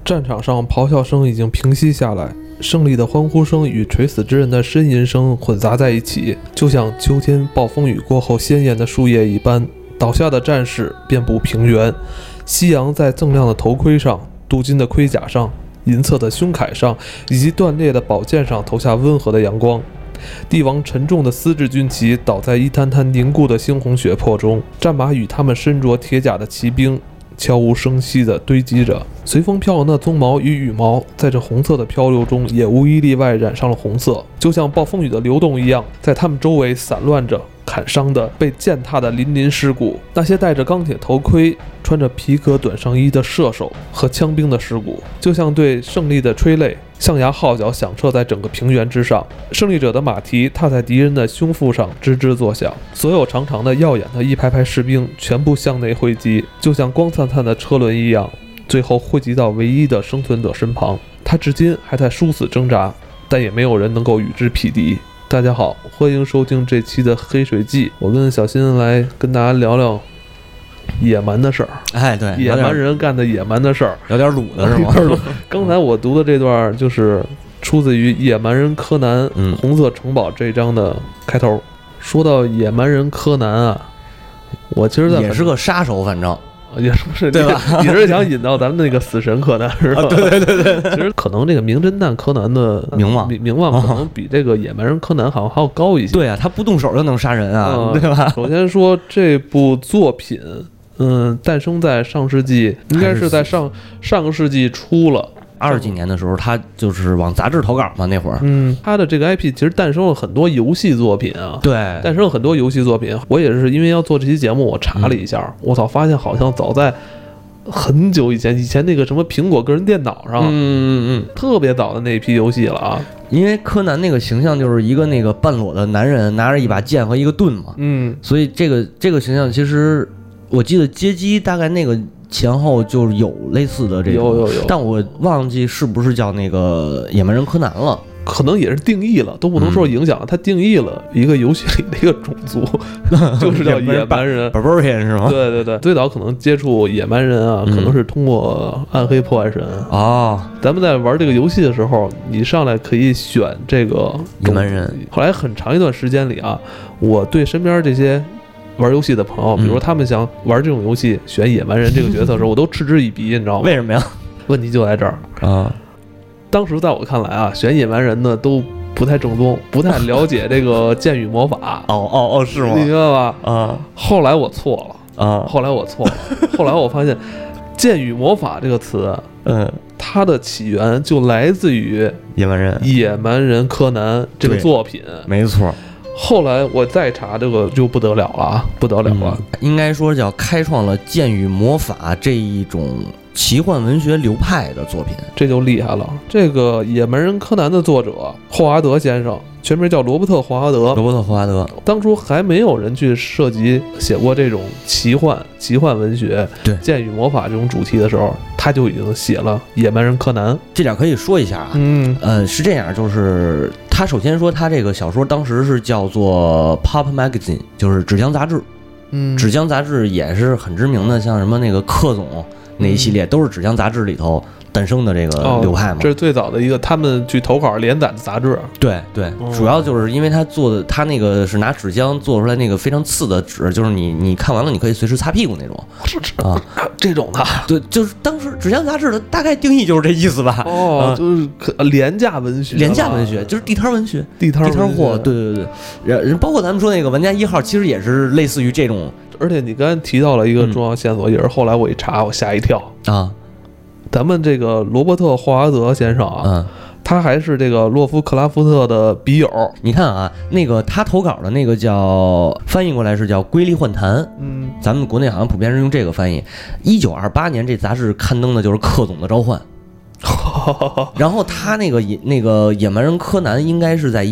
战场上咆哮声已经平息下来，胜利的欢呼声与垂死之人的呻吟声混杂在一起，就像秋天暴风雨过后鲜艳的树叶一般。倒下的战士遍布平原，夕阳在锃亮的头盔上、镀金的盔甲上、银色的胸铠上以及断裂的宝剑上投下温和的阳光。帝王沉重的丝质军旗倒在一滩滩凝固的猩红血泊中，战马与他们身着铁甲的骑兵悄无声息地堆积着，随风飘扬的鬃毛与羽毛在这红色的漂流中也无一例外染上了红色，就像暴风雨的流动一样，在他们周围散乱着砍伤的、被践踏的淋淋尸骨，那些戴着钢铁头盔、穿着皮革短上衣的射手和枪兵的尸骨，就像对胜利的催泪，象牙号角响彻在整个平原之上，胜利者的马蹄踏在敌人的胸腹上吱吱作响，所有长长的耀眼的一排排士兵全部向内汇集，就像光灿灿的车轮一样，最后汇集到唯一的生存者身旁。他至今还在殊死挣扎，但也没有人能够与之匹敌。大家好，欢迎收听这期的黑水记，我跟小新来跟大家聊聊野蛮的事儿。 哎，对， 野蛮人干的野蛮的事儿， 有点鲁的是吗？ 刚才我读的这段就是出自于《野蛮人柯南：红色城堡》这一章的开头。说到野蛮人柯南啊，我其实也是个杀手，反正也是对吧？你是想引到咱们那个死神柯南是吧？对。其实可能这个名侦探柯南的名望可能比这个野蛮人柯南好像还要高一些。 对啊，他不动手就能杀人啊，对吧？ 首先说这部作品，诞生在上世纪，应该是在上个世纪初了。 20几年的时候，他就是往杂志投稿嘛，那会儿， 他的这个 IP 其实诞生了很多游戏作品啊， 对， 诞生了很多游戏作品。我也是因为要做这期节目，我查了一下，我操，发现好像早在很久以前那个什么苹果个人电脑上，特别早的那批游戏了啊。 因为柯南那个形象就是一个那个半裸的男人，拿着一把剑和一个盾嘛，所以这个形象其实我记得街机大概那个前后就有类似的这种，有，但我忘记是不是叫那个野蛮人柯南了， 可能也是定义了，都不能说影响了，他定义了一个游戏里的一个种族，就是叫野蛮人 ，Barbarian 是吗？ 对，最早可能接触野蛮人啊，可能是通过暗黑破坏神哦。 咱们在玩这个游戏的时候，你上来可以选这个野蛮人。 后来很长一段时间里啊，我对身边这些玩游戏的朋友，比如他们想玩这种游戏，选野蛮人这个角色的时候，我都嗤之以鼻，你知道吗？ 为什么呀？ 问题就在这儿啊。当时在我看来啊，选野蛮人呢都不太正宗，不太了解这个剑与魔法。 哦，是吗？ 你明白吧？ 啊， 后来我错了啊，后来我发现剑与魔法这个词，它的起源就来自于野蛮人柯南这个作品， 没错。 后来我再查这个就不得了了啊，不得了了， 应该说叫开创了剑与魔法这一种奇幻文学流派的作品， 这就厉害了。这个野蛮人柯南的作者霍华德先生，全名叫罗伯特·霍华德。当初还没有人去涉及写过这种奇幻文学， 对剑与魔法这种主题的时候，他就已经写了野蛮人柯南。 这点可以说一下啊，是这样，就是他首先说他这个小说当时是叫做 Pop Magazine， 就是纸浆杂志。纸浆杂志也是很知名的，像什么那个克总那一系列都是纸浆杂志里头诞生的这个流派嘛， 这是最早的一个他们去投稿连载的杂志。 对，主要就是因为他做的，他那个是拿纸浆做出来那个非常次的纸，就是你看完了你可以随时擦屁股那种啊，这种的。对，就是当时纸浆杂志的大概定义就是这意思吧。 就是廉价文学， 就是地摊文学， 地摊货。对，人包括咱们说那个玩家1号，其实也是类似于这种。 而且你刚才提到了一个重要线索，也是后来我一查，我吓一跳啊。 咱们这个罗伯特·霍华德先生啊，他还是这个洛夫克拉夫特的笔友。 你看啊，那个他投稿的那个叫翻译过来是叫《瑰丽幻谈》，咱们国内好像普遍是用这个翻译。1928年这杂志刊登的就是克总的召唤。然后他那个野蛮人柯南应该是在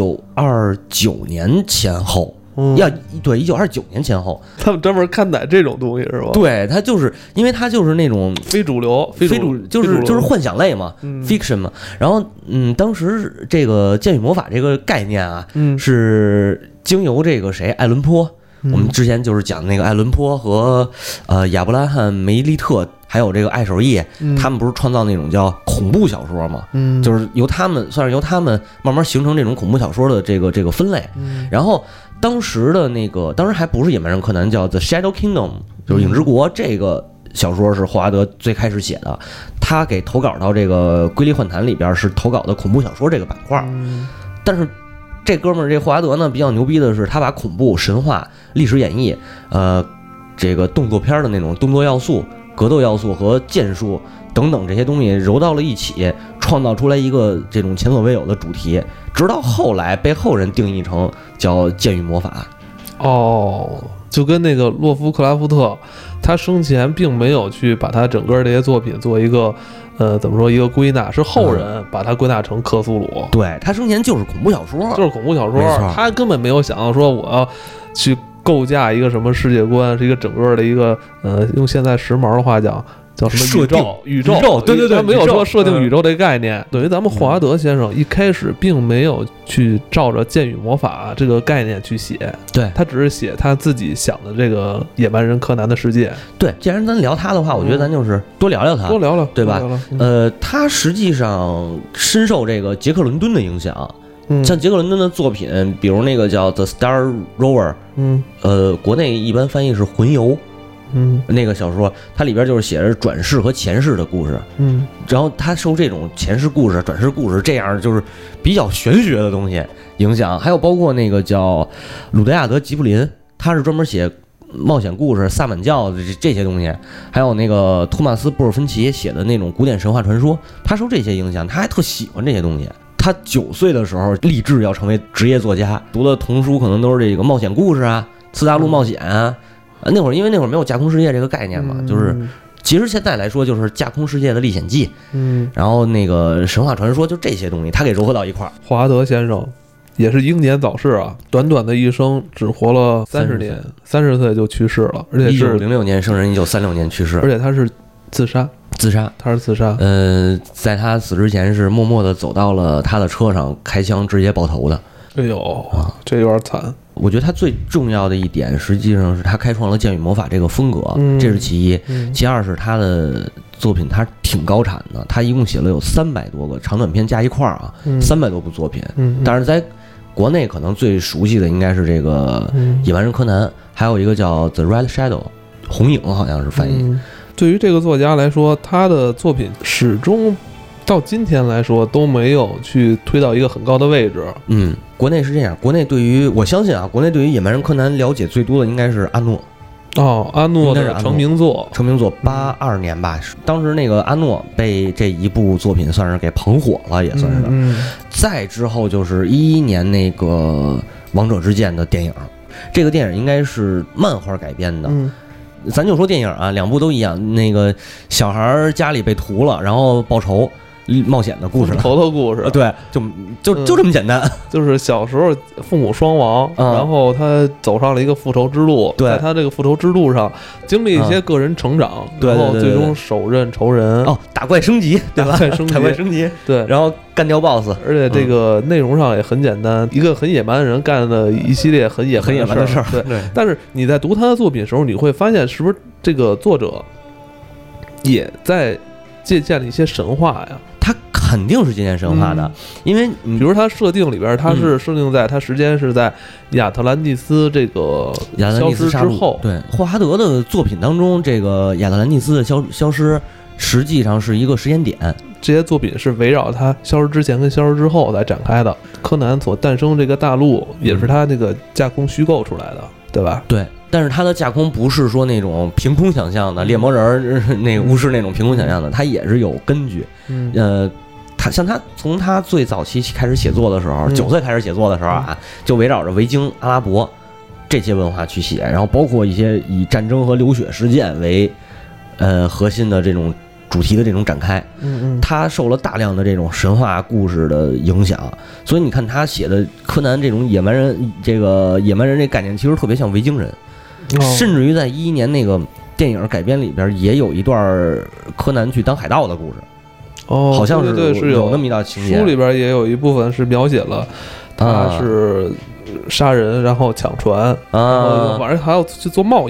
1929年前后。对，1929年前后， 他们专门看待这种东西是吧？ 对，他就是因为他就是那种非主流， 就是幻想类嘛，fiction 嘛。然后当时这个剑与魔法这个概念啊，是经由这个谁爱伦坡，我们之前就是讲那个爱伦坡和亚伯拉罕梅利特还有这个爱手艺，他们不是创造那种叫恐怖小说吗？就是由他们慢慢形成这种恐怖小说的这个分类。然后当时还不是野蛮人柯南，叫 The Shadow Kingdom， 就是影之国这个小说是霍华德最开始写的，他给投稿到这个瑰丽幻谈里边是投稿的恐怖小说这个板块。但是这哥们儿这霍华德呢比较牛逼的是，他把恐怖、神话、历史演绎，这个动作片的那种动作要素、格斗要素和剑术等等这些东西揉到了一起，创造出来一个这种前所未有的主题，直到后来被后人定义成叫剑与魔法。 就跟那个洛夫克拉夫特，他生前并没有去把他整个这些作品做一个怎么说一个归纳，是后人把它归纳成克苏鲁。 对，他生前就是恐怖小说，他根本没有想到说我要去构架一个什么世界观，是一个整个的一个用现在时髦的话讲叫什么宇宙，对，他没有说设定宇宙这个概念。等于咱们霍华德先生一开始并没有去照着剑与魔法这个概念去写， 对， 他只是写他自己想的这个野蛮人柯南的世界。 对，既然咱聊他的话，我觉得咱就是多聊聊他，对吧？他实际上深受这个杰克伦敦的影响。像杰克伦敦的作品，比如那个叫 The Star Rover， 国内一般翻译是魂游，那个小说，它里边就是写着转世和前世的故事，然后他受这种前世故事、转世故事这样就是比较玄学的东西影响，还有包括那个叫鲁德亚德·吉卜林，他是专门写冒险故事、萨满教的这些东西，还有那个托马斯·布尔芬奇写的那种古典神话传说，他受这些影响，他还特喜欢这些东西。他9岁的时候立志要成为职业作家，读的童书可能都是这个冒险故事啊、次大陆冒险啊。那会儿因为那会儿没有架空世界这个概念嘛，就是其实现在来说就是架空世界的历险记，然后那个神话传说，就这些东西他给糅合到一块儿。 霍华德先生也是英年早逝啊，短短的一生只活了30年，30岁就去世了，而且是 1906年生人，1936年去世， 而且他是自杀，他是自杀。 在他死之前是默默地走到了他的车上，开枪直接爆头的。 哎呦，这有点惨。 我觉得他最重要的一点，实际上是他开创了剑与魔法这个风格，这是其一。其二是他的作品，他挺高产的，他一共写了有300多个长短篇加一块儿啊，300多部作品。但是在国内可能最熟悉的应该是这个《野蛮人柯南》，还有一个叫《The Red Shadow》，红影好像是翻译。 对于这个作家来说，他的作品始终到今天来说都没有去推到一个很高的位置。 国内是这样，国内对于我相信啊，国内对于野蛮人柯南了解最多的应该是阿诺。 阿诺的成名作 82年吧，当时那个阿诺被这一部作品算是给捧火了，也算是。再之后就是11年那个王者之剑的电影，这个电影应该是漫画改编的。咱就说电影啊，2部都一样，那个小孩家里被屠了，然后报仇冒险的故事， 头故事。 对，就这么简单。 就是小时候父母双亡，然后他走上了一个复仇之路，在他这个复仇之路上经历一些个人成长，然后最终手刃仇人。 打怪升级，对吧？打怪升级， 对， 然后干掉 BOSS。 而且这个内容上也很简单，一个很野蛮的人干的一系列很野蛮的事儿。对，但是你在读他的作品的时候，你会发现是不是这个作者也在借鉴了一些神话呀？ 他肯定是借鉴神话的，因为比如他设定里边，他是设定在他时间是在亚特兰蒂斯这个消失之后。 对，霍华德的作品当中，这个亚特兰蒂斯的消失实际上是一个时间点。 这些作品是围绕他消失之前跟消失之后来展开的。柯南所诞生这个大陆也是他那个架空虚构出来的，对吧？ 对。但是他的架空不是说那种凭空想象的猎魔人那个巫师那种凭空想象的，他也是有根据。他从他最早期开始写作的时候，9岁开始写作的时候啊，就围绕着维京、阿拉伯这些文化去写，然后包括一些以战争和流血事件为核心的这种主题的这种展开。他受了大量的这种神话故事的影响，所以你看他写的柯南这种野蛮人这概念，其实特别像维京人。甚至于在11年那个电影改编里边也有一段柯南去当海盗的故事。好像是有那么一道情节。 书里边也有一部分是描写了他是杀人，然后抢船，然后晚上还要去做贸易。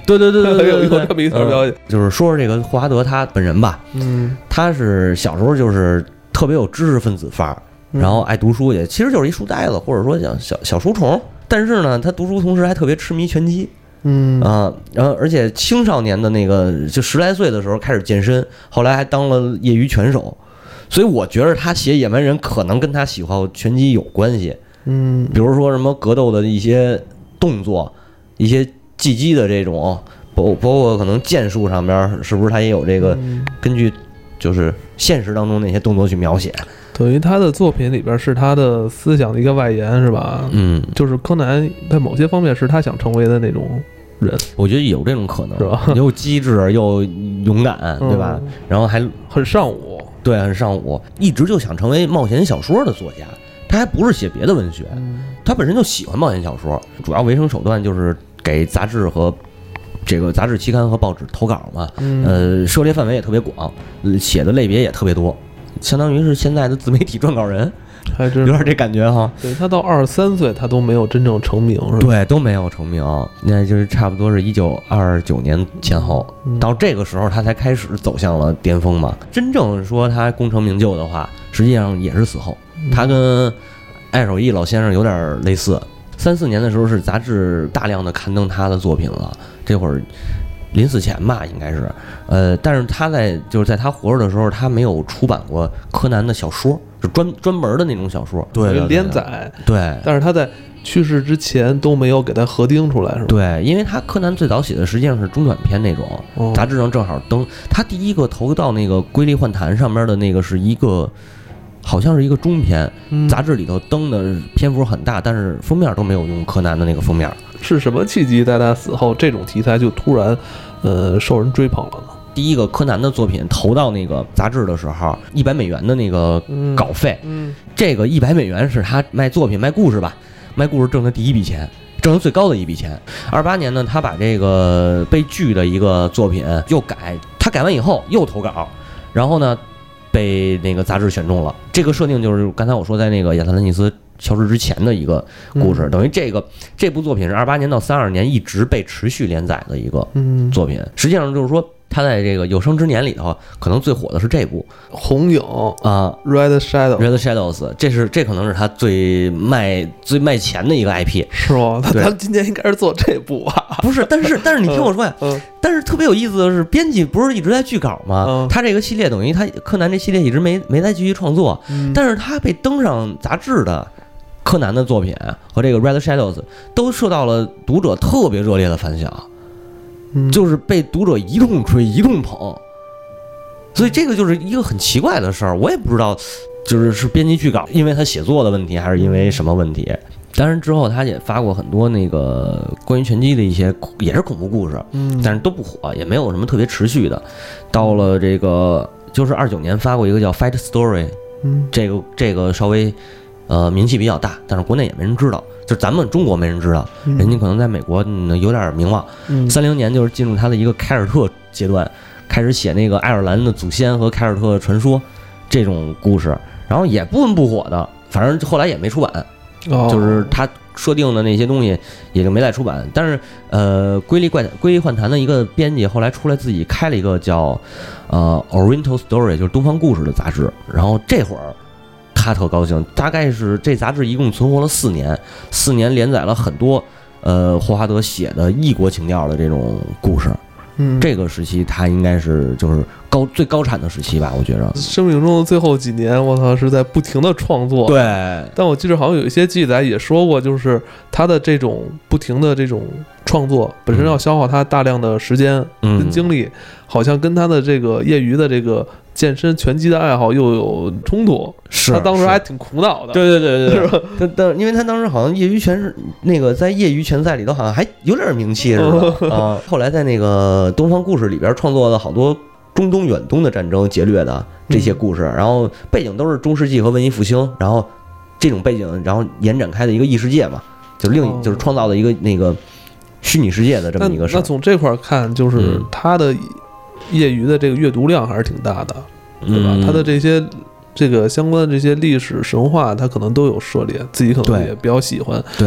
对，有这么一条消息。 就是说这个霍华德他本人吧，他是小时候就是特别有知识分子范儿，然后爱读书去，其实就是一书呆子，或者说像小书虫。但是呢，他读书同时还特别痴迷拳击。然后而且青少年的那个就10来岁的时候开始健身，后来还当了业余拳手，所以我觉得他写野蛮人可能跟他喜好拳击有关系。比如说什么格斗的一些动作，一些技击的这种，包括可能剑术上边是不是他也有这个根据就是现实当中那些动作去描写。 等于他的作品里边是他的思想的一个外延，是吧？就是柯南在某些方面是他想成为的那种人， 我觉得有这种可能， 是吧？ 又机智又勇敢，对吧？然后还很尚武， 对，很尚武，一直就想成为冒险小说的作家。他还不是写别的文学，他本身就喜欢冒险小说，主要维生手段就是给杂志和这个杂志期刊和报纸投稿嘛。涉猎范围也特别广，写的类别也特别多。相当于是现在的自媒体撰稿人， 还真有点这感觉哈。 对，他到23岁，他都没有真正成名，是吧？ 对，都没有成名，那就是差不多是1929年前后，到这个时候他才开始走向了巅峰嘛。真正说他功成名就的话，实际上也是死后。他跟艾守义老先生有点类似，3、4年的时候是杂志大量的刊登他的作品了，这会儿临死前吧，应该是，但是他就是在他活着的时候，他没有出版过柯南的小说，就专门的那种小说，对， 连载， 对。 但是他在去世之前都没有给他核定出来，是吧？ 对，因为他柯南最早写的实际上是中短篇那种，杂志上正好登。他第一个投到那个《瑰丽幻谈》上面的那个是一个，好像是一个中篇，杂志里头登的篇幅很大，但是封面都没有用柯南的那个封面。 是什么契机在他死后这种题材就突然受人追捧了呢？ 第一个柯南的作品投到那个杂志的时候，$100的那个稿费，这个$100是他卖作品卖故事吧，卖故事挣的第一笔钱，挣的最高的一笔钱。28年呢，他把这个被拒的一个作品又改，他改完以后又投稿，然后呢被那个杂志选中了。这个设定就是刚才我说在那个亚特兰蒂斯消失之前的一个故事，等于这部作品是28年到32年一直被持续连载的一个作品。实际上就是说，他在这个有生之年里头，可能最火的是这部《 红影》 啊， Red Shadows， 这可能是他最卖钱的一个 IP， 是吗？他们今年应该是做这部啊？ 不是，但是你听我说呀，但是特别有意思的是，编辑不是一直在拒稿吗？他这个系列等于他柯南这系列一直没再继续创作，但是他被登上杂志的柯南的作品和这个 Red Shadows 都受到了读者特别热烈的反响。就是被读者一通吹一通捧，所以这个就是一个很奇怪的事儿，我也不知道，是编辑拒稿，因为他写作的问题，还是因为什么问题。当然之后他也发过很多那个关于拳击的一些也是恐怖故事，但是都不火，也没有什么特别持续的。到了这个就是29年发过一个叫 Fight Story，这个稍微名气比较大，但是国内也没人知道。就咱们中国没人知道，人家可能在美国有点名望。30年就是进入他的一个凯尔特阶段，开始写那个爱尔兰的祖先和凯尔特传说这种故事，然后也不温不火的，反正后来也没出版，就是他设定的那些东西也就没再出版。但是瑰丽幻谈的一个编辑后来出来自己开了一个叫Oriental Story， 就是东方故事的杂志，然后这会儿他特高兴，大概是这杂志一共存活了4年连载了很多霍华德写的异国情调的这种故事。这个时期他应该是就是最高产的时期吧，我觉着。 生命中的最后几年，我操，是在不停的创作。 对， 但我记得好像有一些记载也说过，就是他的这种不停的这种创作本身要消耗他大量的时间跟精力，好像跟他的这个业余的这个健身拳击的爱好又有冲突。 是他当时还挺苦恼的。 对，是吧？因为他当时好像业余拳是那个在业余拳赛里头好像还有点名气，是吧？啊，后来在那个东方故事里边创作了好多中东远东的战争劫掠的这些故事，然后背景都是中世纪和文艺复兴，然后这种背景然后延展开的一个异世界嘛，就是创造了一个那个虚拟世界的这么一个事。 那从这块看，就是他的业余的这个阅读量还是挺大的，对吧？他的这个相关的这些历史神话，他可能都有涉猎，自己可能也比较喜欢。 对。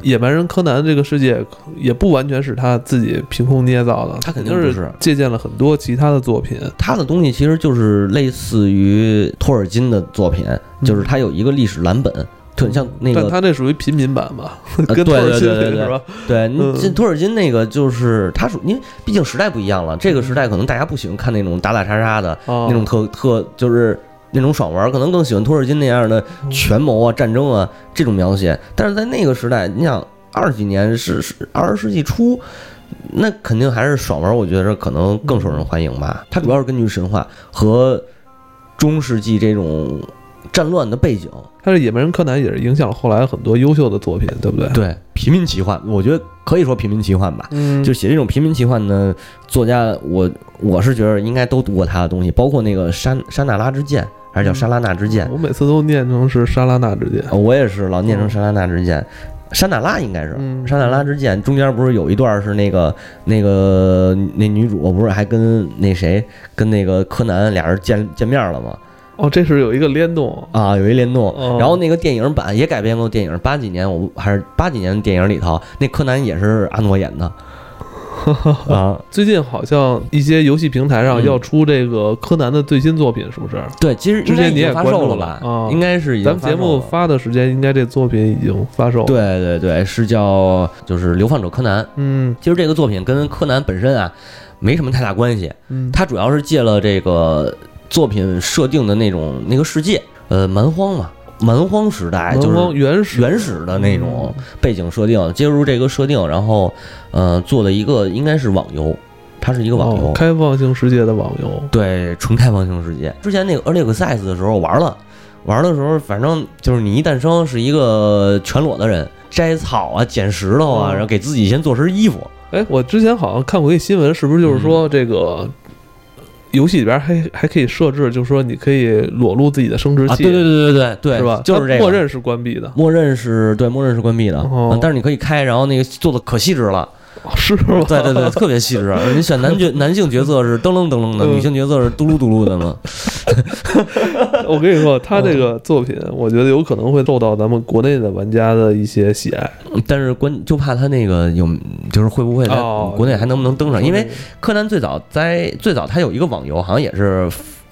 野蛮人柯南这个世界也不完全是他自己凭空捏造的， 他肯定是借鉴了很多其他的作品。 他的东西其实就是类似于托尔金的作品，就是他有一个历史蓝本。对，像那个， 但他那属于平民版吧，跟托尔金是吧？ 对，这托尔金那个就是他因为毕竟时代不一样了，这个时代可能大家不喜欢看那种打打杀杀的那种特就是那种爽文，可能更喜欢托尔金那样的权谋啊、战争啊这种描写。但是在那个时代，你想20几年是20世纪初，那肯定还是爽文，我觉得可能更受人欢迎吧。它主要是根据神话和中世纪这种战乱的背景。 他这野蛮人柯南也是影响了后来很多优秀的作品，对不对？ 对，平民奇幻，我觉得可以说平民奇幻吧。就写这种平民奇幻的作家，我是觉得应该都读过他的东西，包括那个沙那拉之剑，还是叫沙拉纳之剑。 我每次都念成是沙拉纳之剑， 我也是老念成沙拉纳之剑。沙那拉应该是沙那拉之剑，中间不是有一段是那女主不是还跟那个柯南俩人见面了吗？ 哦，这是有一个联动啊，有一联动。然后那个电影版也改编过电影，80几年的电影里头，那柯南也是阿诺演的。啊， 最近好像一些游戏平台上要出这个柯南的最新作品，是不是？ 对，其实之前你也发售了吧？应该是已经咱们节目发的时间，应该这作品已经发售。 对，是叫就是《流放者柯南》。其实这个作品跟柯南本身啊没什么太大关系。它主要是借了这个作品设定的那个世界，蛮荒嘛，蛮荒时代就是原始的那种背景设定，接入这个设定，然后做了一个应该是网游，它是一个网游， 开放性世界的网游， 对，纯开放性世界。之前那个 Early Access 的时候玩的时候，反正就是你一诞生是一个全裸的人，摘草啊，捡石头啊，然后给自己先做身衣服。 哎，我之前好像看过一新闻，是不是就是说这个游戏里边还可以设置，就是说你可以裸露自己的生殖器。 对， 是吧？ 就是这个， 默认是关闭的， 默认是关闭的。但是你可以开，然后那个做的可细致了。 是吗？ 对，特别细致。你选男性角色是噔楞噔楞的，女性角色是嘟噜嘟噜的嘛。 我跟你说，他这个作品，我觉得有可能会受到咱们国内的玩家的一些喜爱， 但是就怕他那个就是会不会在国内还能不能登上？因为柯南最早他有一个网游，好像也是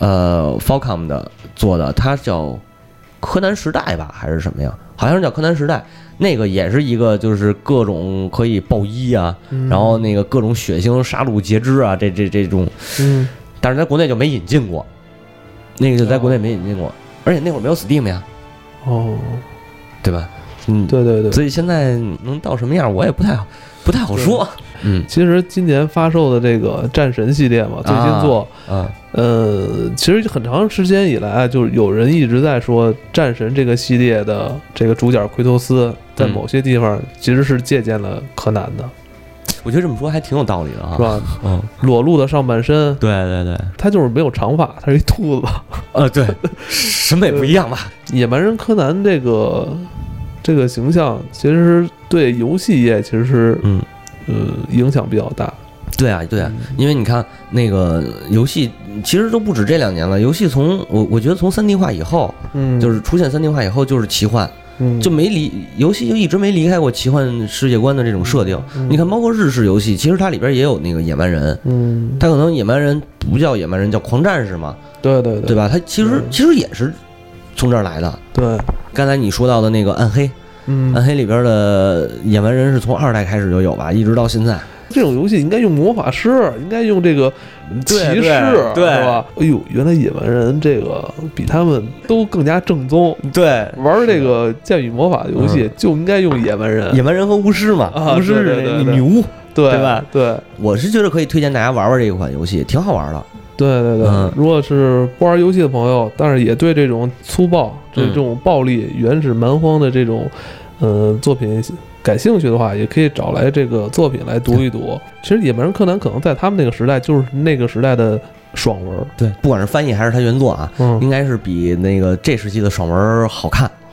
Falcom 的做的，它叫柯南时代吧，还是什么呀？好像是叫柯南时代。那个也是一个，就是各种可以爆衣啊，然后那个各种血腥杀戮截肢啊，这种，但是在国内就没引进过，那个就在国内没引进过，而且那会儿没有 Steam 呀，对吧？ 对， 所以现在能到什么样，我也不太好说。 其实今年发售的这个战神系列嘛，最新作，其实很长时间以来，就是有人一直在说战神这个系列的这个主角奎托斯在某些地方其实是借鉴了柯南的。 我觉得这么说还挺有道理的啊， 是吧？裸露的上半身， 对， 他就是没有长发，他是一秃子。 对，审美不一样吧？ 野蛮人柯南这个形象，其实对游戏业其实是影响比较大。 对啊，因为你看那个游戏其实都不止这2年了，游戏从我觉得从3D 化以后，就是出现3D 化以后就是奇幻，就游戏就一直没离开过奇幻世界观的这种设定。你看，包括日式游戏，其实它里边也有那个野蛮人，它可能野蛮人不叫野蛮人，叫狂战士嘛，对吧？它其实也是从这儿来的。 对， 刚才你说到的那个暗黑，暗黑里边的野蛮人是从2代开始就有吧，一直到现在。 这种游戏应该用魔法师，应该用这个骑士， 对吧？哎呦，原来野蛮人这个比他们都更加正宗。 对， 玩这个剑与魔法的游戏就应该用野蛮人， 野蛮人和巫师嘛，巫师是女巫，对吧？ 对， 我是觉得可以推荐大家玩这一款游戏，挺好玩的。 对，如果是不玩游戏的朋友，但是也对这种粗暴、这种暴力、原始蛮荒的这种作品感兴趣的话，也可以找来这个作品来读一读。其实野蛮人柯南可能在他们那个时代就是那个时代的爽文， 对，不管是翻译还是他原作啊，应该是比那个这时期的爽文好看。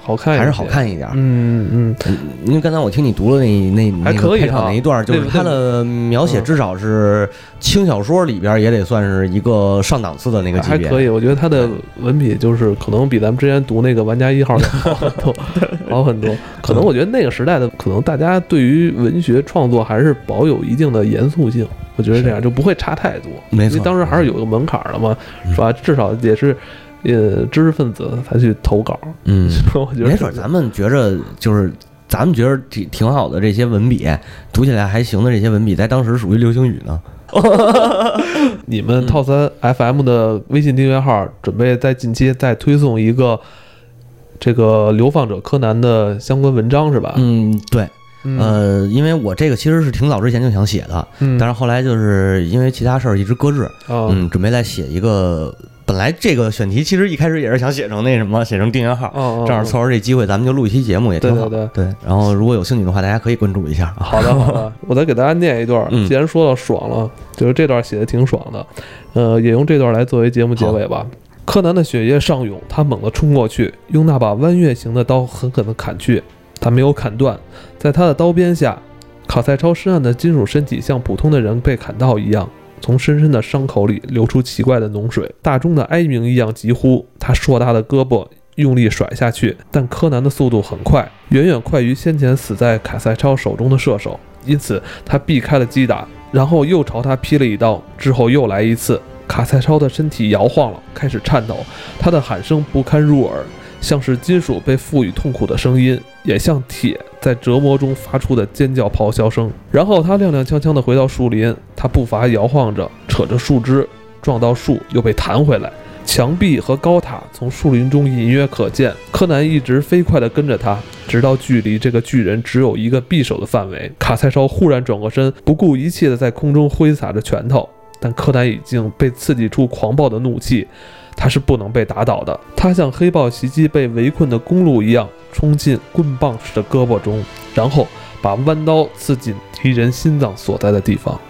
好看一点， 还是好看一点。 因为刚才我听你读了那个开场那一段，就是他的描写至少是轻小说里边也得算是一个上档次的那个级别。 还可以，我觉得他的文笔就是可能比咱们之前读那个《玩家1号》好很多，好很多。可能我觉得那个时代的可能大家对于文学创作还是保有一定的严肃性，我觉得这样就不会差太多。 没错， 因为当时还是有个门槛的嘛，是吧？至少也是。知识分子才去投稿，我觉得没准咱们觉着就是咱们觉得挺好的这些文笔，读起来还行的这些文笔，在当时属于流行语呢。 你们套3 FM 的微信订阅号准备在近期再推送一个这个流放者柯南的相关文章是吧？ 对。因为我这个其实是挺早之前就想写的，但是后来就是因为其他事儿一直搁置，准备再写一个。本来这个选题其实一开始也是想写成那什么，写成订阅号，正好凑合这机会，咱们就录一期节目也挺好。对。然后如果有兴趣的话，大家可以关注一下。 好的，我再给大家念一段。既然说到爽了，就是这段写的挺爽的，也用这段来作为节目结尾吧。柯南的血液上涌，他猛地冲过去，用那把弯月形的刀狠狠地砍去。他没有砍断，在他的刀边下，卡塞超深暗的金属身体像普通的人被砍到一样，从深深的伤口里流出奇怪的脓水，大钟的哀鸣一样疾呼。他硕大的胳膊用力甩下去，但柯南的速度很快，远远快于先前死在卡塞超手中的射手，因此他避开了击打，然后又朝他劈了一刀，之后又来一次。卡塞超的身体摇晃了，开始颤抖，他的喊声不堪入耳，像是金属被赋予痛苦的声音，也像铁在折磨中发出的尖叫咆哮声。然后他踉踉跄跄地回到树林，他步伐摇晃着，扯着树枝，撞到树又被弹回来。墙壁和高塔从树林中隐约可见，柯南一直飞快地跟着他，直到距离这个巨人只有一个匕首的范围。卡塞超忽然转过身，不顾一切地在空中挥洒着拳头，但柯南已经被刺激出狂暴的怒气，他是不能被打倒的。他像黑豹袭击被围困的公鹿一样，冲进棍棒式的胳膊中，然后把弯刀刺进敌人心脏所在的地方。